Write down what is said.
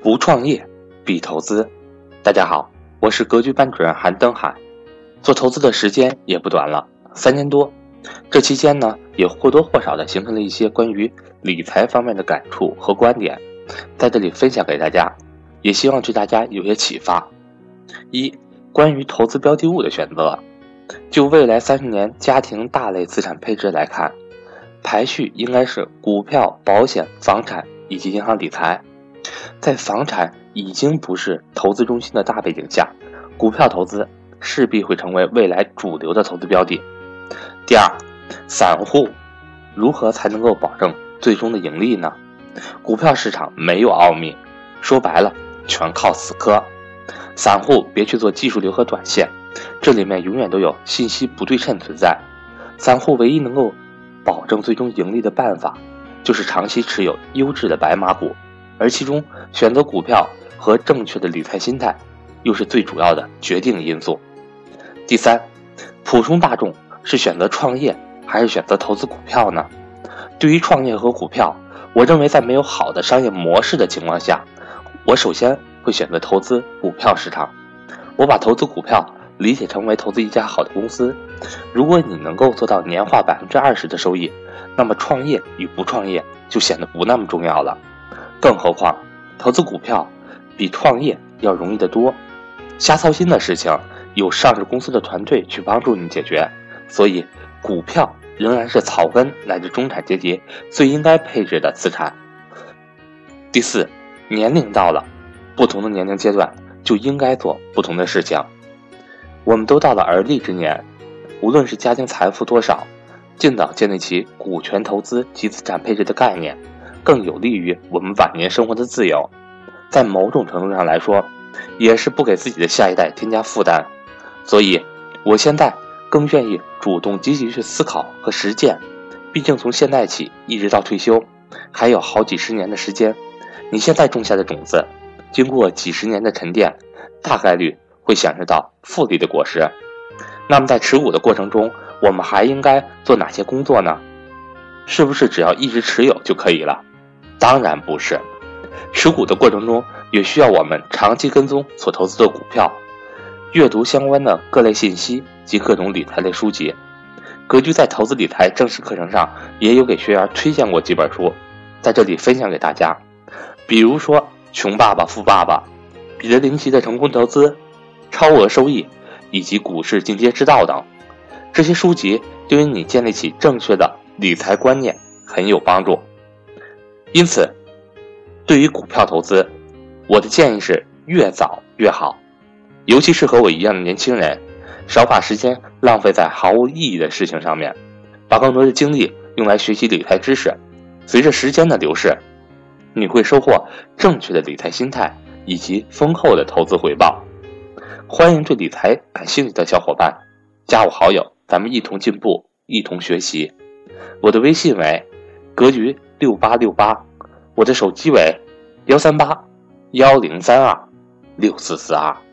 不创业必投资。大家好，我是格局班主任韩登海。做投资的时间也不短了，3年多。这期间呢，也或多或少的形成了一些关于理财方面的感触和观点，在这里分享给大家，也希望对大家有些启发。一、关于投资标的物的选择。就未来30年家庭大类资产配置来看，排序应该是股票、保险、房产以及银行理财。在房产已经不是投资中心的大背景下，股票投资势必会成为未来主流的投资标的。第二，散户如何才能够保证最终的盈利呢？股票市场没有奥秘，说白了全靠死磕。散户别去做技术流和短线，这里面永远都有信息不对称存在。散户唯一能够保证最终盈利的办法，就是长期持有优质的白马股，而其中选择股票和正确的理财心态又是最主要的决定因素。第三，普通大众是选择创业还是选择投资股票呢？对于创业和股票，我认为在没有好的商业模式的情况下，我首先会选择投资股票市场。我把投资股票理解成为投资一家好的公司。如果你能够做到年化20%的收益，那么创业与不创业就显得不那么重要了。更何况投资股票比创业要容易得多，瞎操心的事情有上市公司的团队去帮助你解决，所以股票仍然是草根乃至中产阶级最应该配置的资产。第四，年龄到了，不同的年龄阶段就应该做不同的事情。我们都到了而立之年，无论是家庭财富多少，尽早建立起股权投资及资产配置的概念，更有利于我们晚年生活的自由。在某种程度上来说，也是不给自己的下一代添加负担。所以我现在更愿意主动积极去思考和实践。毕竟从现在起一直到退休，还有好几十年的时间，你现在种下的种子，经过几十年的沉淀，大概率会享受到复利的果实。那么在持股的过程中，我们还应该做哪些工作呢？是不是只要一直持有就可以了？当然不是。持股的过程中也需要我们长期跟踪所投资的股票，阅读相关的各类信息及各种理财类书籍。格局在投资理财正式课程上也有给学员推荐过几本书，在这里分享给大家。比如说穷爸爸富爸爸、彼得林奇的成功投资、超额收益以及股市进阶之道等，这些书籍对于你建立起正确的理财观念很有帮助。因此对于股票投资，我的建议是越早越好，尤其是和我一样的年轻人，少把时间浪费在毫无意义的事情上面，把更多的精力用来学习理财知识。随着时间的流逝，你会收获正确的理财心态以及丰厚的投资回报。欢迎对理财感兴趣的小伙伴加我好友，咱们一同进步，一同学习。我的微信为格局6868，我的手机为13810326442。